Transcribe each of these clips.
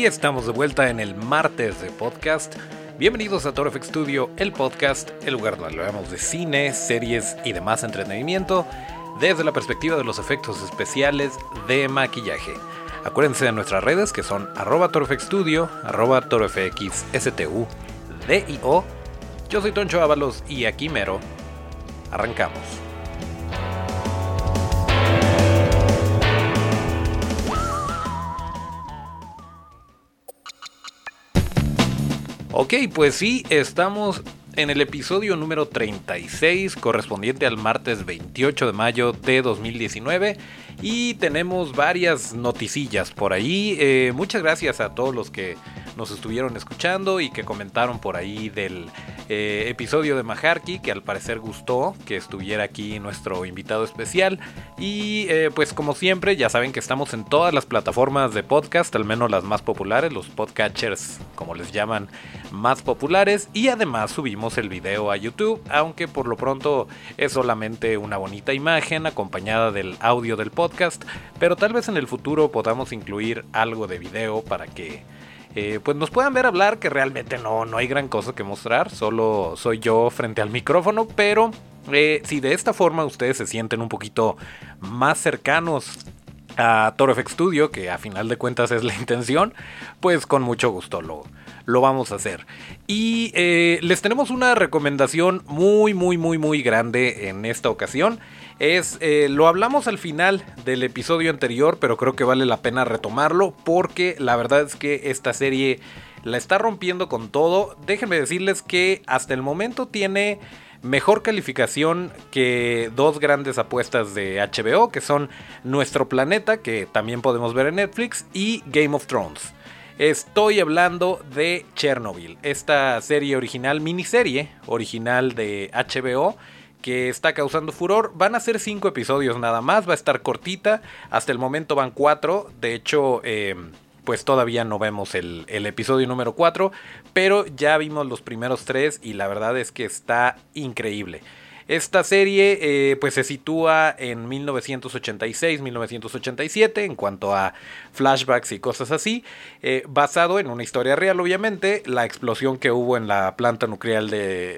estamos de vuelta en el martes de podcast. Bienvenidos a Toro FX Studio, el podcast, el lugar donde hablamos de cine, series y demás entretenimiento desde la perspectiva de los efectos especiales de maquillaje. Acuérdense de nuestras redes que son @ToroFXStudio, @ToroFXSTUDIO. Yo soy Toncho Ábalos y aquí mero arrancamos. Ok, pues sí, estamos en el episodio número 36, correspondiente al martes 28 de mayo de 2019, y tenemos varias noticillas por ahí. Muchas gracias a todos los que nos estuvieron escuchando y que comentaron por ahí del episodio de Majarki, que al parecer gustó que estuviera aquí nuestro invitado especial. Y pues como siempre, ya saben que estamos en todas las plataformas de podcast, al menos las más populares, los podcatchers como les llaman, más populares, y además subimos el video a YouTube, aunque por lo pronto es solamente una bonita imagen acompañada del audio del podcast, pero tal vez en el futuro podamos incluir algo de video para que pues nos puedan ver hablar, que realmente no hay gran cosa que mostrar, solo soy yo frente al micrófono, pero si de esta forma ustedes se sienten un poquito más cercanos a Toro FX Studio, que a final de cuentas es la intención, pues con mucho gusto lo vamos a hacer. Y les tenemos una recomendación muy grande en esta ocasión. Lo hablamos al final del episodio anterior, pero creo que vale la pena retomarlo porque la verdad es que esta serie la está rompiendo con todo. Déjenme decirles que hasta el momento tiene mejor calificación que dos grandes apuestas de HBO, que son Nuestro Planeta, que también podemos ver en Netflix, y Game of Thrones. Estoy hablando de Chernobyl, esta serie original, miniserie original de HBO, que está causando furor. Van a ser 5 episodios nada más, va a estar cortita. Hasta el momento van 4, de hecho pues todavía no vemos el episodio número 4, pero ya vimos los primeros 3 y la verdad es que está increíble. Esta serie pues se sitúa en 1986-1987 en cuanto a flashbacks y cosas así, basado en una historia real, obviamente, la explosión que hubo en la planta nuclear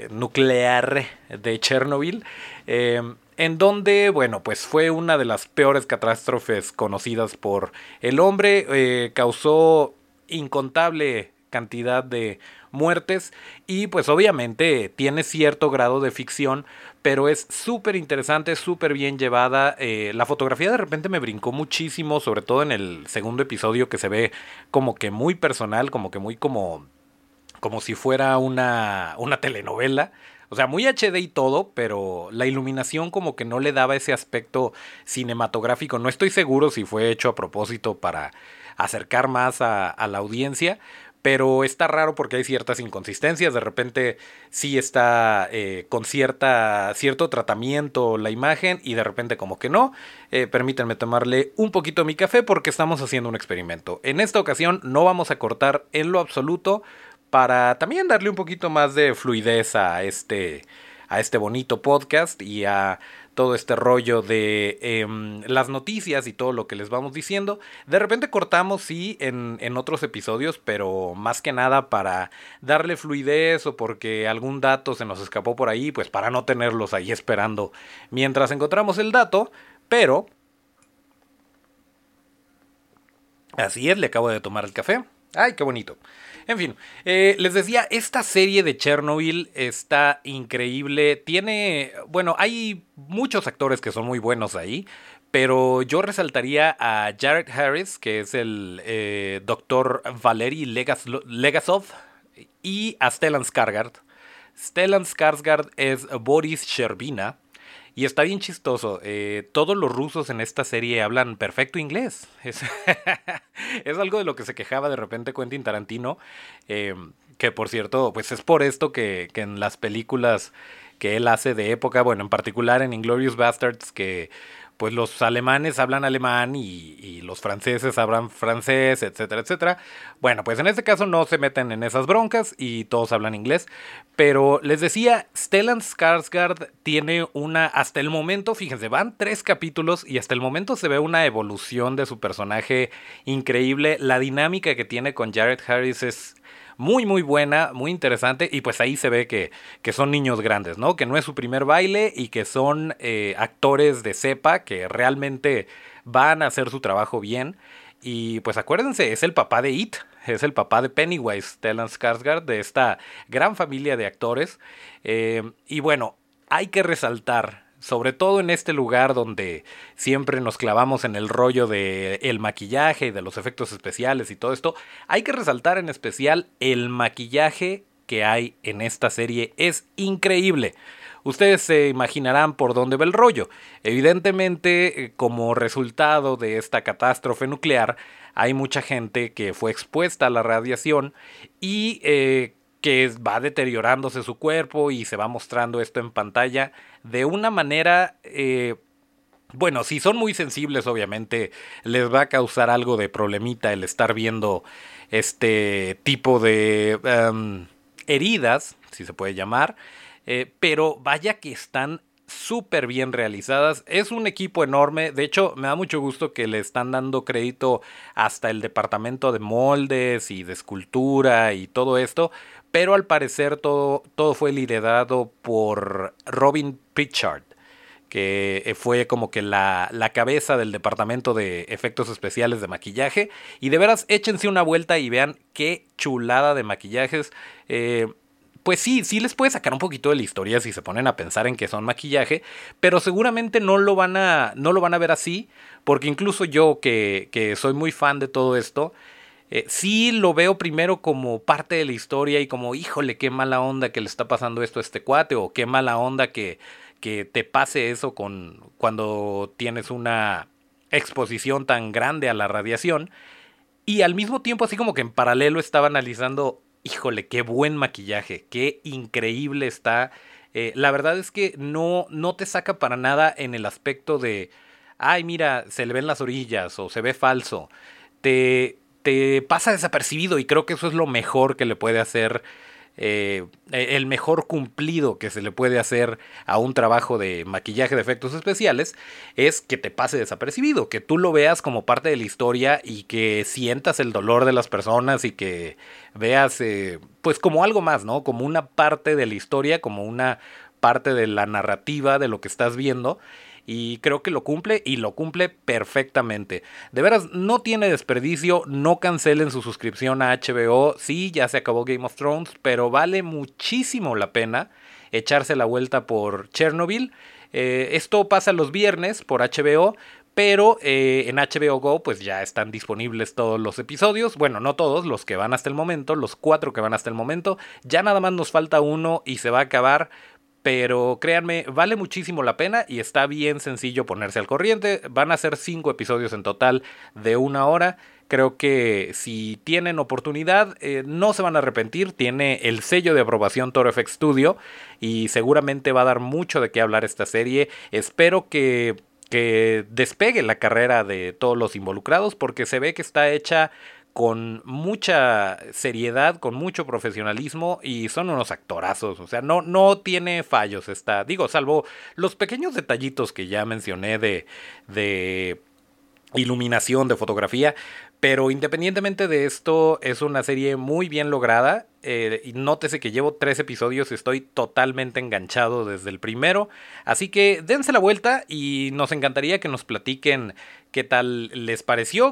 de Chernobyl, en donde, bueno, pues fue una de las peores catástrofes conocidas por el hombre, causó incontable cantidad de muertes y pues obviamente tiene cierto grado de ficción, pero es súper interesante, súper bien llevada. La fotografía de repente me brincó muchísimo, sobre todo en el segundo episodio, que se ve como que muy personal, como que muy como si fuera una telenovela. O sea, muy HD y todo, pero la iluminación como que no le daba ese aspecto cinematográfico. No estoy seguro si fue hecho a propósito para acercar más a la audiencia, pero está raro porque hay ciertas inconsistencias. De repente sí está con cierto tratamiento la imagen y de repente como que no. Permítanme tomarle un poquito mi café porque estamos haciendo un experimento. En esta ocasión no vamos a cortar en lo absoluto, para también darle un poquito más de fluidez a este bonito podcast y a todo este rollo de las noticias y todo lo que les vamos diciendo. De repente cortamos, sí, en otros episodios, pero más que nada para darle fluidez o porque algún dato se nos escapó por ahí, pues para no tenerlos ahí esperando mientras encontramos el dato, pero así es, le acabo de tomar el café. ¡Ay, qué bonito! En fin, les decía, esta serie de Chernobyl está increíble. Hay muchos actores que son muy buenos ahí, pero yo resaltaría a Jared Harris, que es el doctor Valery Legasov, y a Stellan Skarsgård. Stellan Skarsgård es Boris Sherbina. Y está bien chistoso. Todos los rusos en esta serie hablan perfecto inglés. Es algo de lo que se quejaba de repente Quentin Tarantino. Que por cierto, pues es por esto que en las películas que él hace de época, bueno, en particular en Inglourious Basterds, que pues los alemanes hablan alemán y los franceses hablan francés, etcétera, etcétera. Bueno, pues en este caso no se meten en esas broncas y todos hablan inglés. Pero les decía, Stellan Skarsgård tiene hasta el momento, fíjense, van 3 capítulos y hasta el momento se ve una evolución de su personaje increíble. La dinámica que tiene con Jared Harris es muy muy buena, muy interesante, y pues ahí se ve que son niños grandes, ¿no? Que no es su primer baile y que son actores de cepa que realmente van a hacer su trabajo bien. Y pues acuérdense, es el papá de It, es el papá de Pennywise, Stellan Skarsgård, de esta gran familia de actores. Y bueno, hay que resaltar, sobre todo en este lugar donde siempre nos clavamos en el rollo de el maquillaje y de los efectos especiales y todo esto, hay que resaltar en especial el maquillaje que hay en esta serie. Es increíble. Ustedes se imaginarán por dónde va el rollo. Evidentemente, como resultado de esta catástrofe nuclear, hay mucha gente que fue expuesta a la radiación y que va deteriorándose su cuerpo y se va mostrando esto en pantalla de una manera, bueno, si son muy sensibles, obviamente les va a causar algo de problemita el estar viendo este tipo de heridas, si se puede llamar, pero vaya que están súper bien realizadas. Es un equipo enorme. De hecho, me da mucho gusto que le están dando crédito hasta el departamento de moldes y de escultura y todo esto. Pero al parecer todo fue liderado por Robin Pritchard, que fue como que la cabeza del departamento de efectos especiales de maquillaje. Y de veras, échense una vuelta y vean qué chulada de maquillajes. Pues sí les puede sacar un poquito de la historia si se ponen a pensar en que son maquillaje, pero seguramente no lo van a ver así, porque incluso yo que soy muy fan de todo esto, sí lo veo primero como parte de la historia y como, híjole, qué mala onda que le está pasando esto a este cuate, o qué mala onda que te pase eso cuando tienes una exposición tan grande a la radiación. Y al mismo tiempo, así como que en paralelo estaba analizando, híjole, qué buen maquillaje, qué increíble está. La verdad es que no te saca para nada en el aspecto de, ay, mira, se le ven las orillas o se ve falso. Te pasa desapercibido y creo que eso es lo mejor que le puede hacer, el mejor cumplido que se le puede hacer a un trabajo de maquillaje de efectos especiales es que te pase desapercibido, que tú lo veas como parte de la historia y que sientas el dolor de las personas y que veas pues como algo más, ¿no? Como una parte de la historia, como una parte de la narrativa de lo que estás viendo. Y creo que lo cumple y lo cumple perfectamente. De veras, no tiene desperdicio. No cancelen su suscripción a HBO. Sí, ya se acabó Game of Thrones, pero vale muchísimo la pena echarse la vuelta por Chernobyl. Esto pasa los viernes por HBO. Pero en HBO Go pues ya están disponibles todos los episodios. Bueno, no todos, los que van hasta el momento. Los 4 que van hasta el momento. Ya nada más nos falta uno y se va a acabar. Pero créanme, vale muchísimo la pena y está bien sencillo ponerse al corriente. Van a ser 5 episodios en total de 1 hora. Creo que si tienen oportunidad, no se van a arrepentir. Tiene el sello de aprobación Toro FX Studio y seguramente va a dar mucho de qué hablar esta serie. Espero que despegue la carrera de todos los involucrados porque se ve que está hecha con mucha seriedad, con mucho profesionalismo y son unos actorazos, o sea, no tiene fallos esta, digo, salvo los pequeños detallitos que ya mencioné de iluminación, de fotografía, pero independientemente de esto es una serie muy bien lograda. Y nótese que llevo 3 episodios y estoy totalmente enganchado desde el primero, así que dense la vuelta y nos encantaría que nos platiquen qué tal les pareció,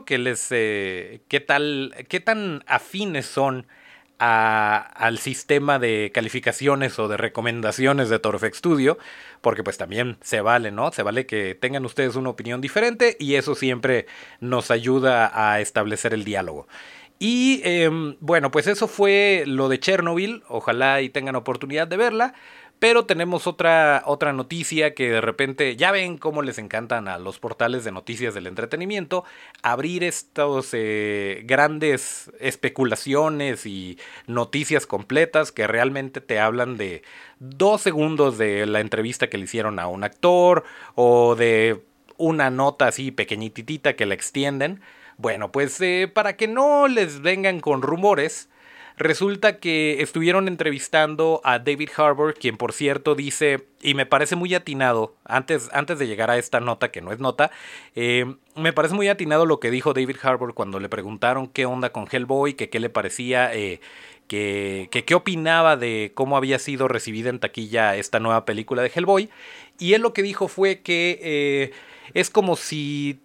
qué tan afines son al sistema de calificaciones o de recomendaciones de Torfex Studio, porque pues también se vale, ¿no? Se vale que tengan ustedes una opinión diferente y eso siempre nos ayuda a establecer el diálogo. Y bueno, pues eso fue lo de Chernobyl, ojalá y tengan oportunidad de verla. Pero tenemos otra noticia que de repente, ya ven cómo les encantan a los portales de noticias del entretenimiento abrir estos grandes especulaciones y noticias completas que realmente te hablan de 2 segundos de la entrevista que le hicieron a un actor o de una nota así pequeñitita que la extienden. Bueno, pues para que no les vengan con rumores, resulta que estuvieron entrevistando a David Harbour, quien por cierto dice, y me parece muy atinado, antes de llegar a esta nota que no es nota, me parece muy atinado lo que dijo David Harbour cuando le preguntaron qué onda con Hellboy, que qué le parecía, que qué opinaba de cómo había sido recibida en taquilla esta nueva película de Hellboy. Y él lo que dijo fue que es como si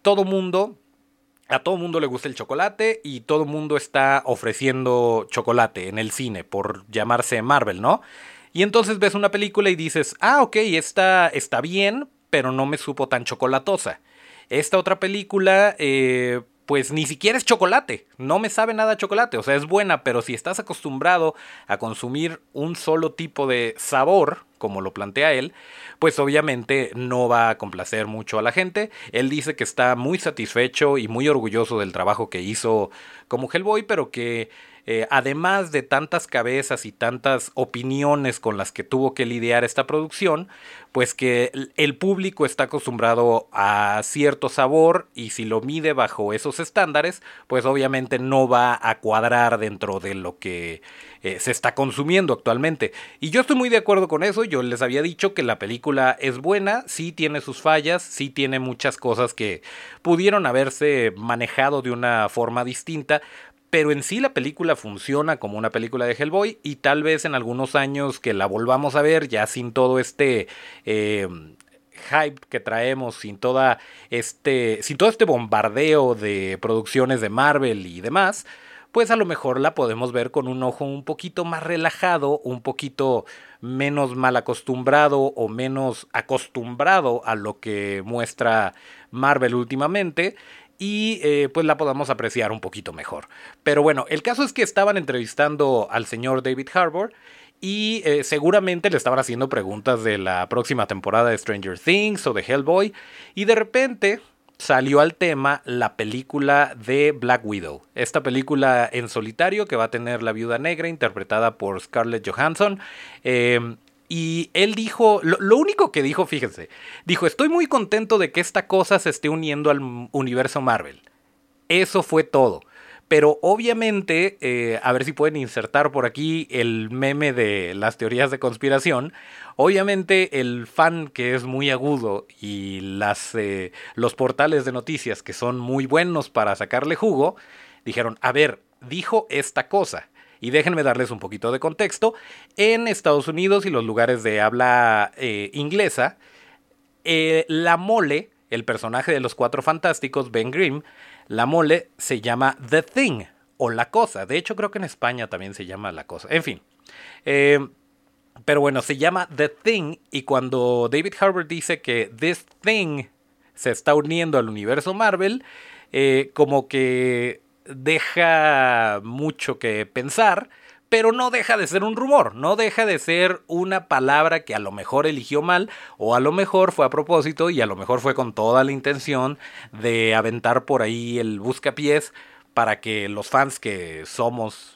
a todo mundo le gusta el chocolate y todo mundo está ofreciendo chocolate en el cine por llamarse Marvel, ¿no? Y entonces ves una película y dices, ah, ok, esta está bien, pero no me supo tan chocolatosa. Esta otra película, pues ni siquiera es chocolate, no me sabe nada a chocolate, o sea, es buena, pero si estás acostumbrado a consumir un solo tipo de sabor, como lo plantea él, pues obviamente no va a complacer mucho a la gente. Él dice que está muy satisfecho y muy orgulloso del trabajo que hizo como Hellboy, pero que además de tantas cabezas y tantas opiniones con las que tuvo que lidiar esta producción, pues que el público está acostumbrado a cierto sabor y si lo mide bajo esos estándares, pues obviamente no va a cuadrar dentro de lo que se está consumiendo actualmente. Y yo estoy muy de acuerdo con eso. Yo les había dicho que la película es buena, sí tiene sus fallas, sí tiene muchas cosas que pudieron haberse manejado de una forma distinta, pero en sí la película funciona como una película de Hellboy y tal vez en algunos años que la volvamos a ver ya sin todo este hype que traemos, sin todo este bombardeo de producciones de Marvel y demás, pues a lo mejor la podemos ver con un ojo un poquito más relajado, un poquito menos mal acostumbrado o menos acostumbrado a lo que muestra Marvel últimamente y pues la podamos apreciar un poquito mejor. Pero bueno, el caso es que estaban entrevistando al señor David Harbour y seguramente le estaban haciendo preguntas de la próxima temporada de Stranger Things o de Hellboy y de repente salió al tema la película de Black Widow. Esta película en solitario que va a tener la Viuda Negra interpretada por Scarlett Johansson. Y él dijo, lo único que dijo, fíjense, dijo, estoy muy contento de que esta cosa se esté uniendo al universo Marvel. Eso fue todo. Pero obviamente, a ver si pueden insertar por aquí el meme de las teorías de conspiración. Obviamente el fan que es muy agudo y los portales de noticias que son muy buenos para sacarle jugo, dijeron, a ver, dijo esta cosa. Y déjenme darles un poquito de contexto. En Estados Unidos y los lugares de habla inglesa, la Mole, el personaje de los Cuatro Fantásticos, Ben Grimm, la Mole se llama The Thing o La Cosa. De hecho, creo que en España también se llama La Cosa. En fin. Pero bueno, se llama The Thing y cuando David Harbour dice que This Thing se está uniendo al universo Marvel, como que deja mucho que pensar, pero no deja de ser un rumor, no deja de ser una palabra que a lo mejor eligió mal o a lo mejor fue a propósito y a lo mejor fue con toda la intención de aventar por ahí el buscapiés para que los fans que somos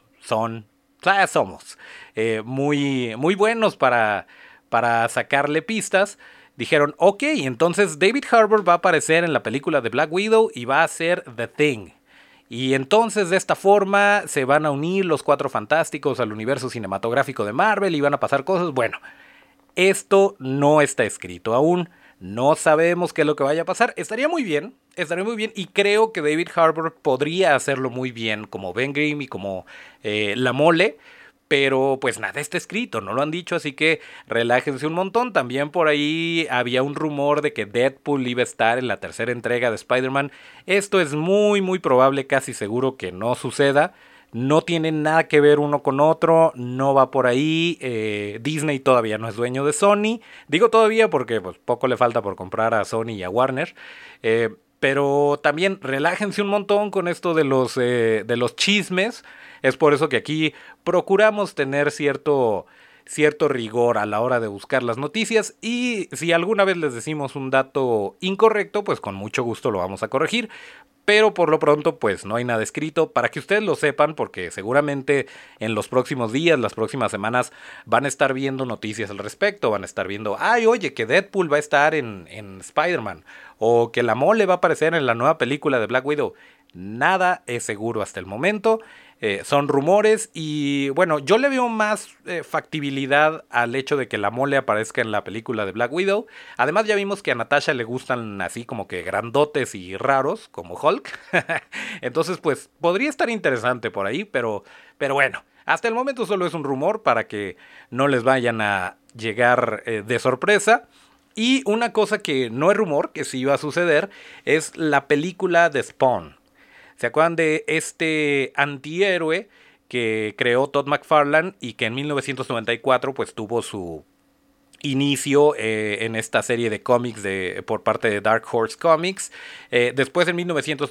muy, muy buenos para sacarle pistas. Dijeron, ok, entonces David Harbour va a aparecer en la película de Black Widow y va a ser The Thing. Y entonces de esta forma se van a unir los Cuatro Fantásticos al universo cinematográfico de Marvel y van a pasar cosas. Bueno, esto no está escrito aún. No sabemos qué es lo que vaya a pasar. Estaría muy bien y creo que David Harbour podría hacerlo muy bien como Ben Grimm y como La Mole. Pero pues nada está escrito, no lo han dicho, así que relájense un montón. También por ahí había un rumor de que Deadpool iba a estar en la tercera entrega de Spider-Man. Esto es muy muy probable, casi seguro que no suceda. No tienen nada que ver uno con otro, no va por ahí. Disney todavía no es dueño de Sony. Digo todavía porque pues, poco le falta por comprar a Sony y a Warner. Pero también relájense un montón con esto de los chismes. Es por eso que aquí procuramos tener cierto rigor a la hora de buscar las noticias y si alguna vez les decimos un dato incorrecto, pues con mucho gusto lo vamos a corregir. pero por lo pronto pues no hay nada escrito para que ustedes lo sepan, porque seguramente en los próximos días, las próximas semanas van a estar viendo noticias al respecto, van a estar viendo, ay, oye, que Deadpool va a estar en Spider-Man, o que la mole va a aparecer en la nueva película de Black Widow. Nada es seguro hasta el momento. Son rumores y bueno, yo le veo más factibilidad al hecho de que la mole aparezca en la película de Black Widow. Además ya vimos que a Natasha le gustan así como que grandotes y raros como Hulk. Entonces pues podría estar interesante por ahí, pero bueno, hasta el momento solo es un rumor para que no les vayan a llegar de sorpresa. Y una cosa que no es rumor, que sí iba a suceder, es la película de Spawn. ¿Se acuerdan de este antihéroe que creó Todd McFarlane y que en 1994 pues tuvo su inicio en esta serie de cómics por parte de Dark Horse Comics? Después en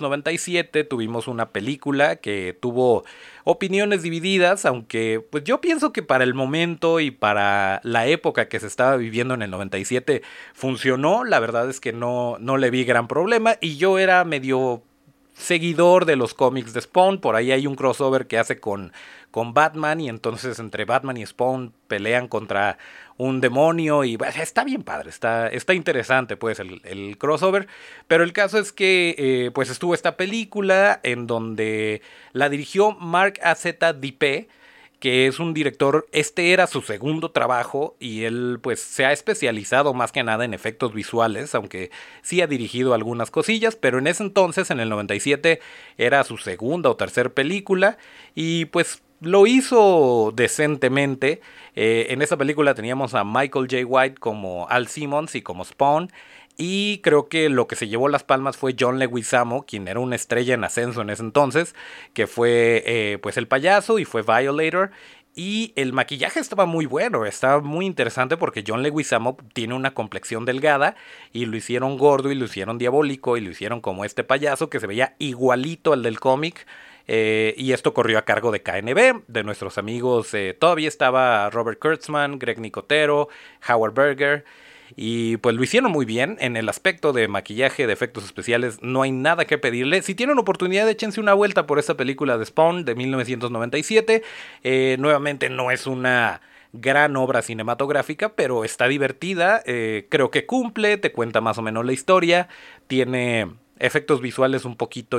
1997 tuvimos una película que tuvo opiniones divididas, aunque pues yo pienso que para el momento y para la época que se estaba viviendo en el 97 funcionó. La verdad es que no le vi gran problema y yo era medio seguidor de los cómics de Spawn. Por ahí hay un crossover que hace con Batman y entonces entre Batman y Spawn pelean contra un demonio y está bien padre, está interesante pues el crossover, pero el caso es que pues estuvo esta película en donde la dirigió Mark A.Z. Dipe, que es un director, este era su segundo trabajo y él pues se ha especializado más que nada en efectos visuales, aunque sí ha dirigido algunas cosillas, pero en ese entonces, en el 97, era su segunda o tercera película y pues lo hizo decentemente. En esa película teníamos a Michael J. White como Al Simmons y como Spawn. Y creo que lo que se llevó las palmas fue John Leguizamo, quien era una estrella en ascenso en ese entonces, que fue pues el payaso y fue Violator. Y el maquillaje estaba muy bueno, estaba muy interesante porque John Leguizamo tiene una complexión delgada y lo hicieron gordo y lo hicieron diabólico y lo hicieron como este payaso que se veía igualito al del cómic. Y esto corrió a cargo de KNB, de nuestros amigos. Todavía estaba Robert Kurtzman, Greg Nicotero, Howard Berger. Y pues lo hicieron muy bien. En el aspecto de maquillaje, de efectos especiales, no hay nada que pedirle. Si tienen oportunidad, échense una vuelta por esta película de Spawn de 1997. Nuevamente no es una gran obra cinematográfica, pero está divertida. Creo que cumple, te cuenta más o menos la historia. Tiene efectos visuales un poquito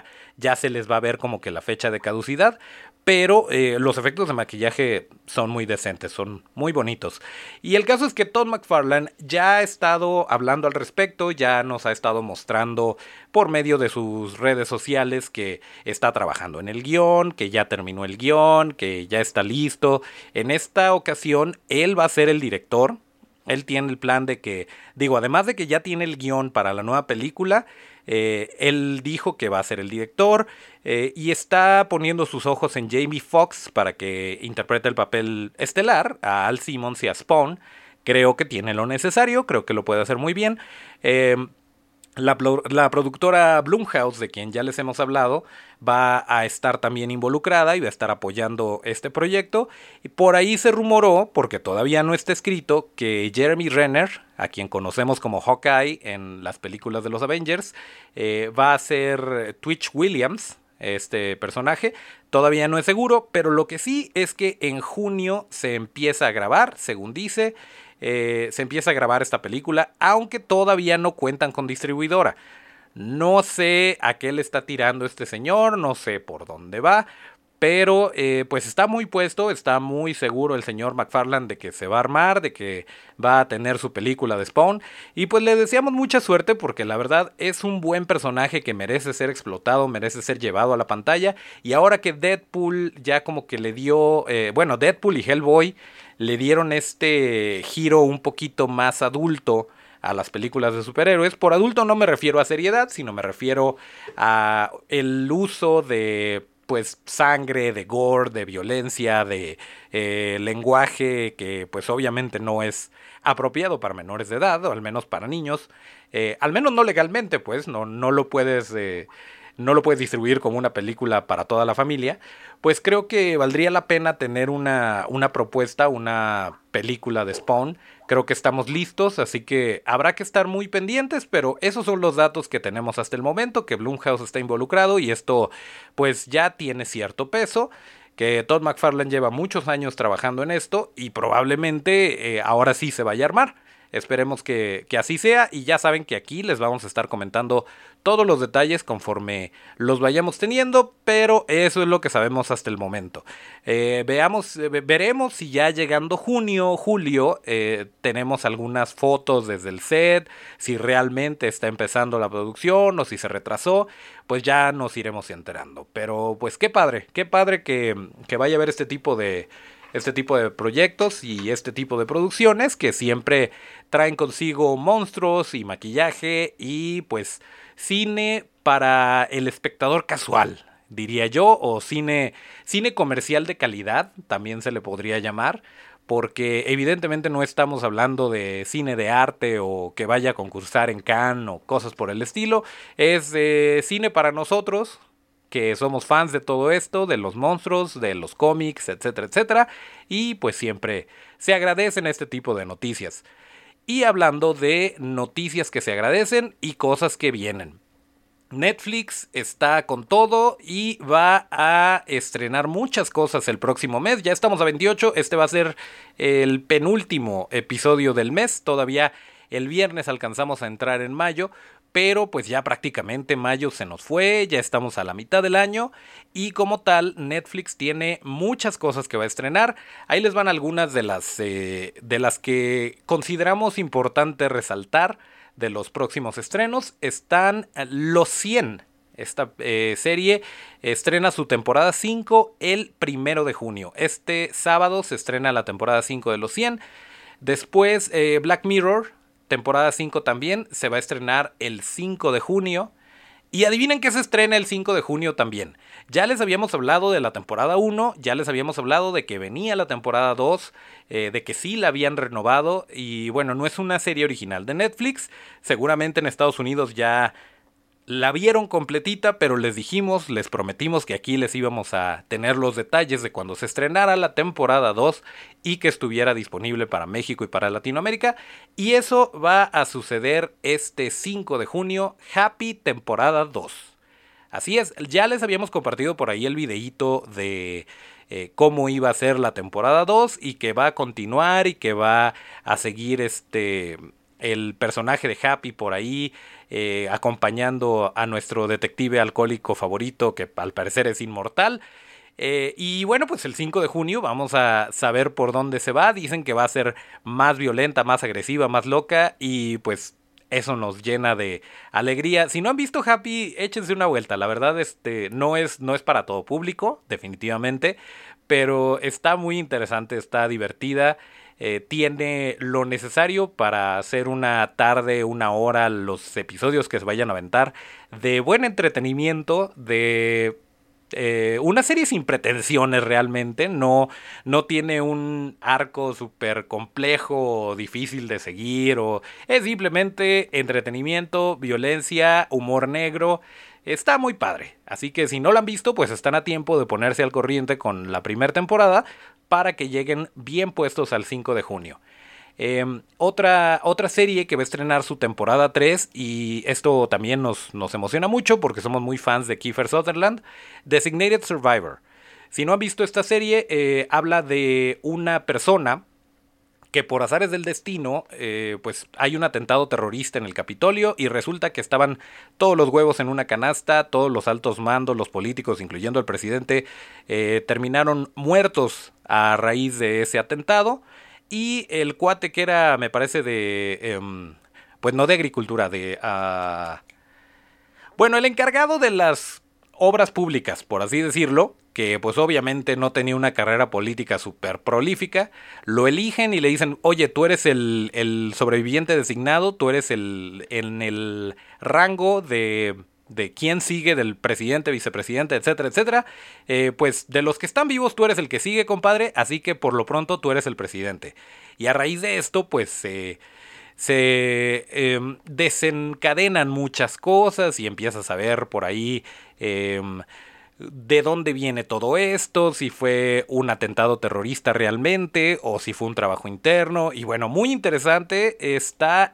ya se les va a ver como que la fecha de caducidad, pero los efectos de maquillaje son muy decentes, son muy bonitos. Y el caso es que Todd McFarlane ya ha estado hablando al respecto, ya nos ha estado mostrando por medio de sus redes sociales que está trabajando en el guión, que ya terminó el guión, que ya está listo. En esta ocasión él va a ser el director. Él tiene el plan de que, digo, además de que ya tiene el guión para la nueva película, él dijo que va a ser el director y está poniendo sus ojos en Jamie Foxx para que interprete el papel estelar, a Al Simmons y a Spawn. Creo que tiene lo necesario, creo que lo puede hacer muy bien. La productora Blumhouse, de quien ya les hemos hablado, va a estar también involucrada y va a estar apoyando este proyecto. Y por ahí se rumoró, porque todavía no está escrito, que Jeremy Renner, a quien conocemos como Hawkeye en las películas de los Avengers, va a ser Twitch Williams, este personaje. Todavía no es seguro, pero lo que sí es que en junio se empieza a grabar, según dice. Se empieza a grabar esta película, aunque todavía no cuentan con distribuidora. No sé a qué le está tirando este señor, no sé por dónde va, pero pues está muy puesto, está muy seguro el señor McFarlane de que se va a armar, de que va a tener su película de Spawn. Y pues le deseamos mucha suerte porque la verdad es un buen personaje que merece ser explotado, merece ser llevado a la pantalla. Y ahora que Deadpool ya como que le dio, bueno, Deadpool y Hellboy le dieron este giro un poquito más adulto a las películas de superhéroes. Por adulto no me refiero a seriedad, sino me refiero a el uso de pues sangre, de gore, de violencia, de lenguaje que pues obviamente no es apropiado para menores de edad, o al menos para niños, al menos no legalmente, pues no lo puedes no lo puedes distribuir como una película para toda la familia, pues creo que valdría la pena tener una propuesta, una película de Spawn. Creo que estamos listos, así que habrá que estar muy pendientes, pero esos son los datos que tenemos hasta el momento, que Blumhouse está involucrado y esto pues ya tiene cierto peso, que Todd McFarlane lleva muchos años trabajando en esto y probablemente ahora sí se vaya a armar. Esperemos que así sea y ya saben que aquí les vamos a estar comentando todos los detalles conforme los vayamos teniendo, pero eso es lo que sabemos hasta el momento. Veremos si ya llegando junio, julio, tenemos algunas fotos desde el set, si realmente está empezando la producción o si se retrasó, pues ya nos iremos enterando. Pero pues qué padre que vaya a haber este tipo de proyectos y este tipo de producciones que siempre traen consigo monstruos y maquillaje y pues cine para el espectador casual, diría yo, o cine comercial de calidad, también se le podría llamar, porque evidentemente no estamos hablando de cine de arte o que vaya a concursar en Cannes o cosas por el estilo, es cine para nosotros, que somos fans de todo esto, de los monstruos, de los cómics, etcétera, etcétera, y pues siempre se agradecen este tipo de noticias. Y hablando de noticias que se agradecen y cosas que vienen. Netflix está con todo y va a estrenar muchas cosas el próximo mes. Ya estamos a 28, este va a ser el penúltimo episodio del mes. Todavía el viernes alcanzamos a entrar en mayo, pero pues ya prácticamente mayo se nos fue, ya estamos a la mitad del año y como tal Netflix tiene muchas cosas que va a estrenar. Ahí les van algunas de las que consideramos importante resaltar de los próximos estrenos. Están Los 100. Esta serie estrena su temporada 5 el 1 de junio. Este sábado se estrena la temporada 5 de Los 100. Después Black Mirror, temporada 5 también, se va a estrenar el 5 de junio. Y adivinen qué se estrena el 5 de junio también. Ya les habíamos hablado de la temporada 1, ya les habíamos hablado de que venía la temporada 2, de que sí la habían renovado. Y bueno, no es una serie original de Netflix. Seguramente en Estados Unidos ya la vieron completita, pero les prometimos que aquí les íbamos a tener los detalles de cuando se estrenara la temporada 2 y que estuviera disponible para México y para Latinoamérica. Y eso va a suceder este 5 de junio, Happy temporada 2. Así es, ya les habíamos compartido por ahí el videíto de cómo iba a ser la temporada 2 y que va a continuar y que va a seguir el personaje de Happy por ahí, acompañando a nuestro detective alcohólico favorito, que al parecer es inmortal. Y bueno, pues el 5 de junio vamos a saber por dónde se va. Dicen que va a ser más violenta, más agresiva, más loca, y pues eso nos llena de alegría. Si no han visto Happy, échense una vuelta. La verdad, no es para todo público, definitivamente, pero está muy interesante, está divertida. Tiene lo necesario para hacer una tarde, una hora, los episodios que se vayan a aventar, de buen entretenimiento, de una serie sin pretensiones realmente. No tiene un arco súper complejo o difícil de seguir, es simplemente entretenimiento, violencia, humor negro. Está muy padre, así que si no la han visto, pues están a tiempo de ponerse al corriente con la primera temporada para que lleguen bien puestos al 5 de junio. Otra serie que va a estrenar su temporada 3, y esto también nos emociona mucho porque somos muy fans de Kiefer Sutherland, Designated Survivor. Si no han visto esta serie, habla de una persona que por azares del destino, pues hay un atentado terrorista en el Capitolio y resulta que estaban todos los huevos en una canasta, todos los altos mandos, los políticos, incluyendo el presidente, terminaron muertos a raíz de ese atentado. Y el cuate que era, me parece, pues no de agricultura, bueno, el encargado de las obras públicas, por así decirlo, que pues obviamente no tenía una carrera política súper prolífica, lo eligen y le dicen: oye, tú eres el sobreviviente designado, tú eres en el rango de quién sigue, del presidente, vicepresidente, etcétera, etcétera. Pues de los que están vivos tú eres el que sigue, compadre, así que por lo pronto tú eres el presidente. Y a raíz de esto, pues desencadenan muchas cosas y empiezas a ver por ahí de dónde viene todo esto, si fue un atentado terrorista realmente o si fue un trabajo interno. Y bueno, muy interesante, está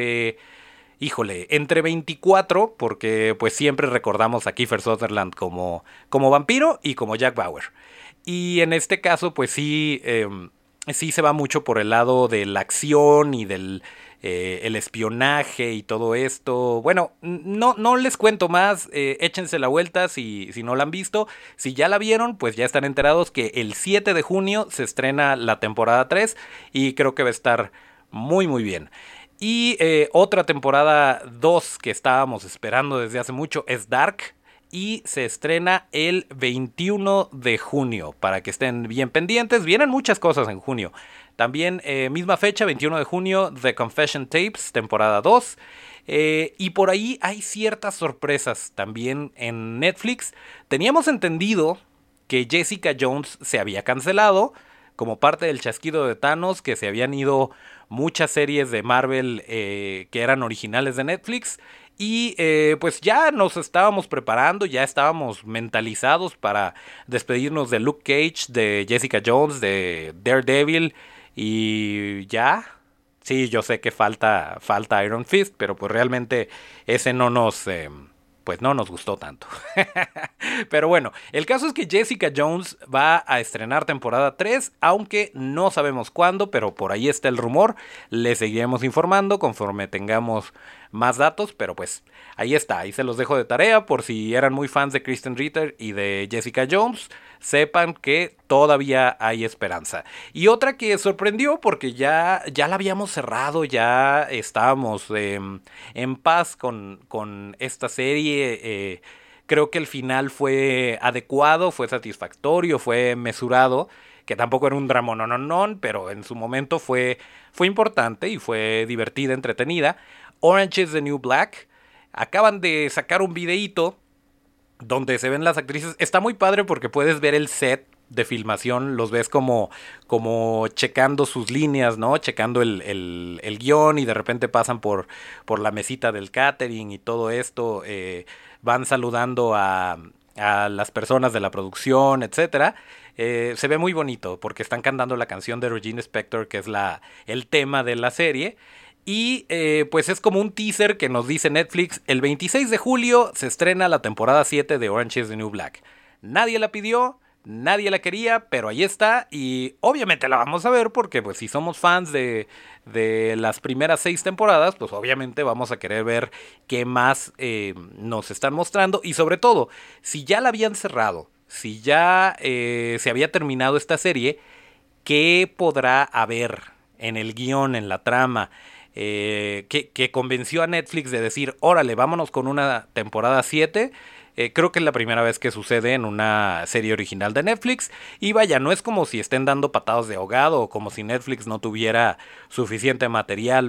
entre 24, porque pues siempre recordamos a Kiefer Sutherland como vampiro y como Jack Bauer. Y en este caso, pues sí, sí se va mucho por el lado de la acción y del el espionaje y todo esto. Bueno, no les cuento más, échense la vuelta si no la han visto. Si ya la vieron, pues ya están enterados que el 7 de junio se estrena la temporada 3 y creo que va a estar muy muy bien. Y otra temporada 2 que estábamos esperando desde hace mucho es Dark. Y se estrena el 21 de junio, para que estén bien pendientes. Vienen muchas cosas en junio. También, misma fecha, 21 de junio, The Confession Tapes, temporada 2. Y por ahí hay ciertas sorpresas también en Netflix. Teníamos entendido que Jessica Jones se había cancelado como parte del chasquido de Thanos, que se habían ido muchas series de Marvel que eran originales de Netflix. Y pues ya nos estábamos preparando, ya estábamos mentalizados para despedirnos de Luke Cage, de Jessica Jones, de Daredevil y ya. Sí, yo sé que falta Iron Fist, pero pues realmente ese pues no nos gustó tanto. Pero bueno, el caso es que Jessica Jones va a estrenar temporada 3, aunque no sabemos cuándo, pero por ahí está el rumor. Le seguiremos informando conforme tengamos más datos, pero pues ahí está, ahí se los dejo de tarea por si eran muy fans de Kristen Ritter y de Jessica Jones, sepan que todavía hay esperanza. Y otra que sorprendió porque ya la habíamos cerrado, ya estábamos en paz con esta serie. Creo que el final fue adecuado, fue satisfactorio, fue mesurado, que tampoco era un drama no, pero en su momento fue importante y fue divertida, entretenida. Orange is the New Black. Acaban de sacar un videíto donde se ven las actrices. Está muy padre porque puedes ver el set de filmación, los ves como checando sus líneas, ¿no? Checando el guión y de repente pasan por la mesita del catering y todo esto. Van saludando a las personas de la producción, etcétera. Se ve muy bonito porque están cantando la canción de Regina Spektor, que es el tema de la serie. Y pues es como un teaser que nos dice Netflix: el 26 de julio se estrena la temporada 7 de Orange is the New Black. Nadie la pidió, nadie la quería, pero ahí está. Y obviamente la vamos a ver porque pues si somos fans de las primeras 6 temporadas, pues obviamente vamos a querer ver qué más nos están mostrando. Y sobre todo, si ya la habían cerrado, si ya se había terminado esta serie, ¿qué podrá haber en el guión, en la trama? Que convenció a Netflix de decir, órale, vámonos con una temporada 7. Creo que es la primera vez que sucede en una serie original de Netflix. Y vaya, no es como si estén dando patadas de ahogado o como si Netflix no tuviera suficiente material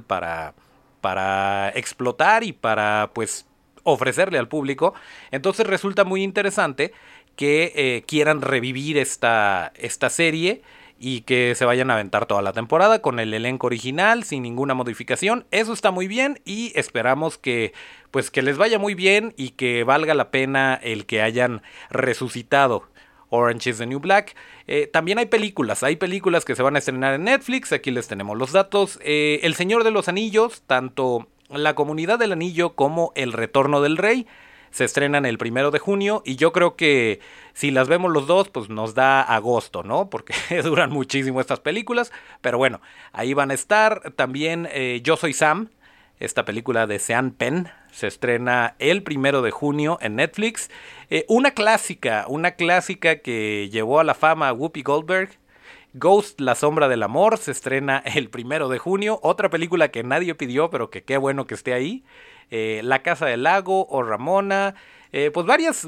para explotar y para pues ofrecerle al público. Entonces resulta muy interesante que quieran revivir esta serie y que se vayan a aventar toda la temporada con el elenco original sin ninguna modificación. Eso está muy bien y esperamos que pues que les vaya muy bien y que valga la pena el que hayan resucitado Orange is the New Black. También hay películas que se van a estrenar en Netflix. Aquí les tenemos los datos. El Señor de los Anillos, tanto La Comunidad del Anillo como El Retorno del Rey se estrenan el 1 de junio y yo creo que si las vemos los dos, pues nos da agosto, ¿no? Porque duran muchísimo estas películas, pero bueno, ahí van a estar. También Yo Soy Sam, esta película de Sean Penn, se estrena el 1 de junio en Netflix. Una clásica que llevó a la fama a Whoopi Goldberg. Ghost, la sombra del amor, se estrena el 1 de junio. Otra película que nadie pidió, pero que qué bueno que esté ahí. La Casa del Lago o Ramona. Pues varias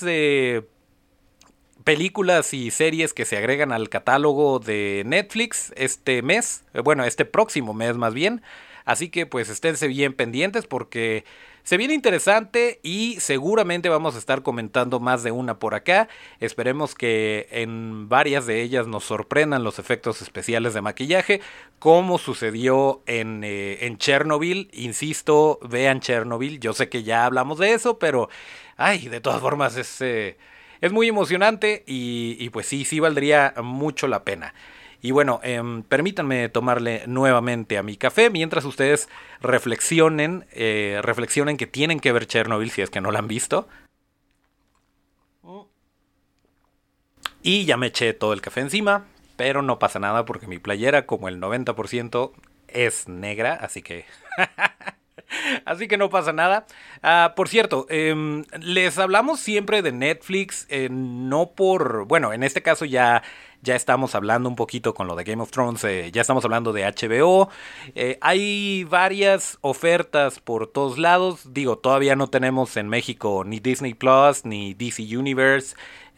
películas y series que se agregan al catálogo de Netflix este mes. Bueno, este próximo mes más bien. Así que pues esténse bien pendientes porque Se viene interesante y seguramente vamos a estar comentando más de una por acá. Esperemos que en varias de ellas nos sorprendan los efectos especiales de maquillaje, como sucedió en Chernobyl. Insisto, vean Chernobyl. Yo sé que ya hablamos de eso, pero ay, de todas formas es muy emocionante y pues sí valdría mucho la pena. Y bueno, permítanme tomarle nuevamente a mi café mientras ustedes reflexionen que tienen que ver Chernobyl si es que no la han visto. Y ya me eché todo el café encima, pero no pasa nada porque mi playera, como el 90%, es negra, así que no pasa nada. Por cierto, les hablamos siempre de Netflix, no por... Bueno, en este caso ya estamos hablando un poquito con lo de Game of Thrones, ya estamos hablando de HBO. Hay varias ofertas por todos lados. Digo, todavía no tenemos en México ni Disney Plus ni DC Universe,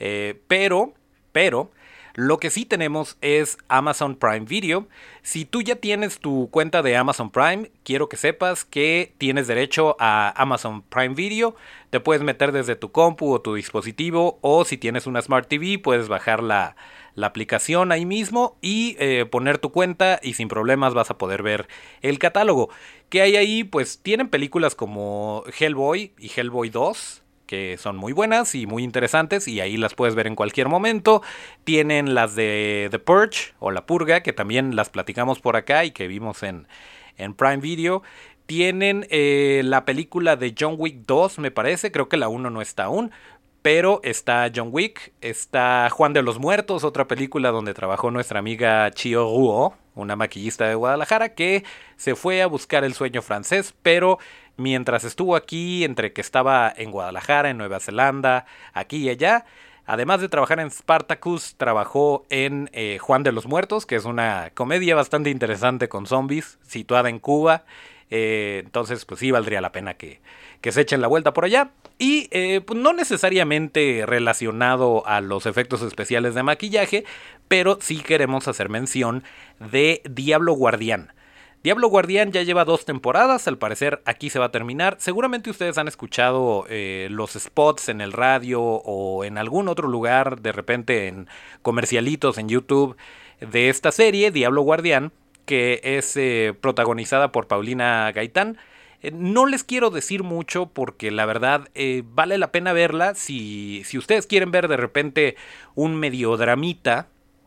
pero lo que sí tenemos es Amazon Prime Video. Si tú ya tienes tu cuenta de Amazon Prime, quiero que sepas que tienes derecho a Amazon Prime Video. Te puedes meter desde tu compu o tu dispositivo, o si tienes una Smart TV puedes bajar la aplicación ahí mismo y poner tu cuenta y sin problemas vas a poder ver el catálogo. ¿Qué hay ahí? Pues tienen películas como Hellboy y Hellboy 2, que son muy buenas y muy interesantes y ahí las puedes ver en cualquier momento. Tienen las de The Purge o La Purga, que también las platicamos por acá y que vimos en Prime Video. Tienen la película de John Wick 2, me parece, creo que la 1 no está aún, pero está John Wick, está Juan de los Muertos, otra película donde trabajó nuestra amiga Chio Ruo, una maquillista de Guadalajara que se fue a buscar el sueño francés, pero mientras estuvo aquí, entre que estaba en Guadalajara, en Nueva Zelanda, aquí y allá, además de trabajar en Spartacus, trabajó en Juan de los Muertos, que es una comedia bastante interesante con zombies, situada en Cuba. Entonces, pues sí, valdría la pena que se echen la vuelta por allá. Y pues no necesariamente relacionado a los efectos especiales de maquillaje, pero sí queremos hacer mención de Diablo Guardián. Diablo Guardián ya lleva 2 temporadas, al parecer aquí se va a terminar. Seguramente ustedes han escuchado los spots en el radio o en algún otro lugar, de repente en comercialitos en YouTube de esta serie, Diablo Guardián, que es protagonizada por Paulina Gaitán. No les quiero decir mucho porque la verdad vale la pena verla. Si ustedes quieren ver de repente un medio dramita,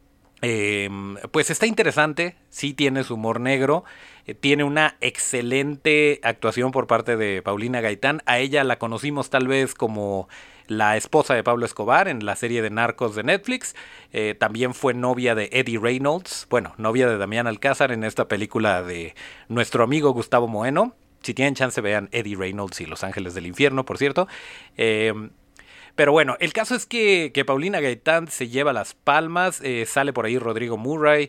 pues está interesante, sí tiene su humor negro, tiene una excelente actuación por parte de Paulina Gaitán. A ella la conocimos tal vez como la esposa de Pablo Escobar en la serie de Narcos de Netflix. También fue novia de Eddie Reynolds, bueno, novia de Damián Alcázar en esta película de nuestro amigo Gustavo Moeno. Si tienen chance vean Eddie Reynolds y Los Ángeles del Infierno, por cierto. Pero bueno, el caso es que Paulina Gaitán se lleva las palmas, sale por ahí Rodrigo Murray,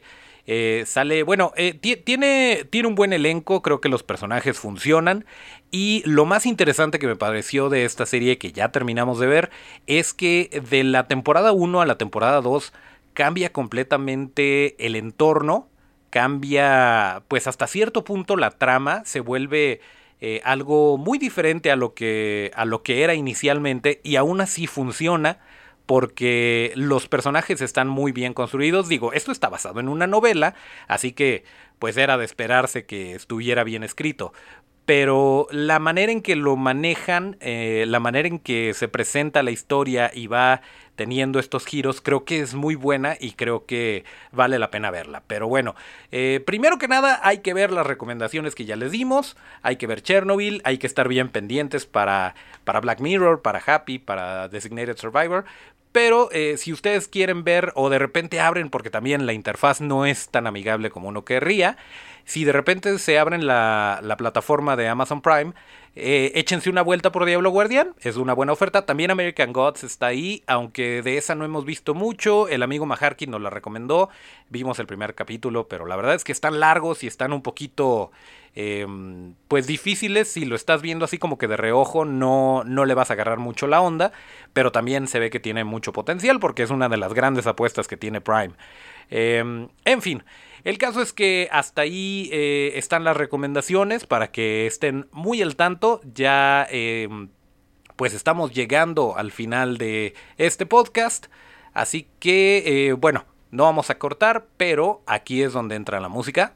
tiene un buen elenco, creo que los personajes funcionan y lo más interesante que me pareció de esta serie que ya terminamos de ver es que de la temporada 1 a la temporada 2 cambia completamente el entorno, cambia pues hasta cierto punto la trama, se vuelve algo muy diferente a lo que era inicialmente y aún así funciona porque los personajes están muy bien construidos. Digo, esto está basado en una novela, así que pues era de esperarse que estuviera bien escrito. Pero la manera en que lo manejan, la manera en que se presenta la historia y va teniendo estos giros, creo que es muy buena y creo que vale la pena verla. Pero bueno, primero que nada hay que ver las recomendaciones que ya les dimos, hay que ver Chernobyl, hay que estar bien pendientes para Black Mirror, para Happy, para Designated Survivor. Pero si ustedes quieren ver o de repente abren, porque también la interfaz no es tan amigable como uno querría, si de repente se abren la plataforma de Amazon Prime, échense una vuelta por Diablo Guardián, es una buena oferta. También American Gods está ahí, aunque de esa no hemos visto mucho. El amigo Maharkin nos la recomendó, vimos el primer capítulo, pero la verdad es que están largos y están un poquito pues difíciles. Si lo estás viendo así como que de reojo, no le vas a agarrar mucho la onda, pero también se ve que tiene mucho potencial porque es una de las grandes apuestas que tiene Prime. En fin, el caso es que hasta ahí están las recomendaciones para que estén muy al tanto. Ya pues estamos llegando al final de este podcast, así que bueno, no vamos a cortar, pero aquí es donde entra la música.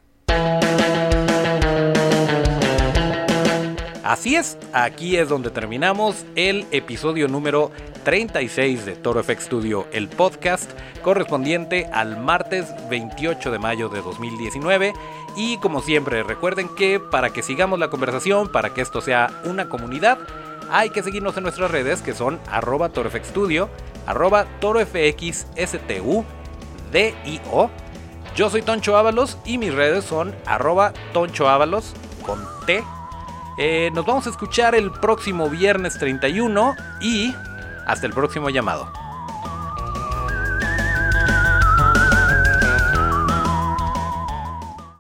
Así es, aquí es donde terminamos el episodio número 36 de Toro FX Studio, el podcast correspondiente al martes 28 de mayo de 2019. Y como siempre, recuerden que para que sigamos la conversación, para que esto sea una comunidad, hay que seguirnos en nuestras redes, que son @ToroFXStudio, @ToroFXSTUDIO. Yo soy Toncho Ábalos y mis redes son @TonchoÁbalos con T. Nos vamos a escuchar el próximo viernes 31 y hasta el próximo llamado.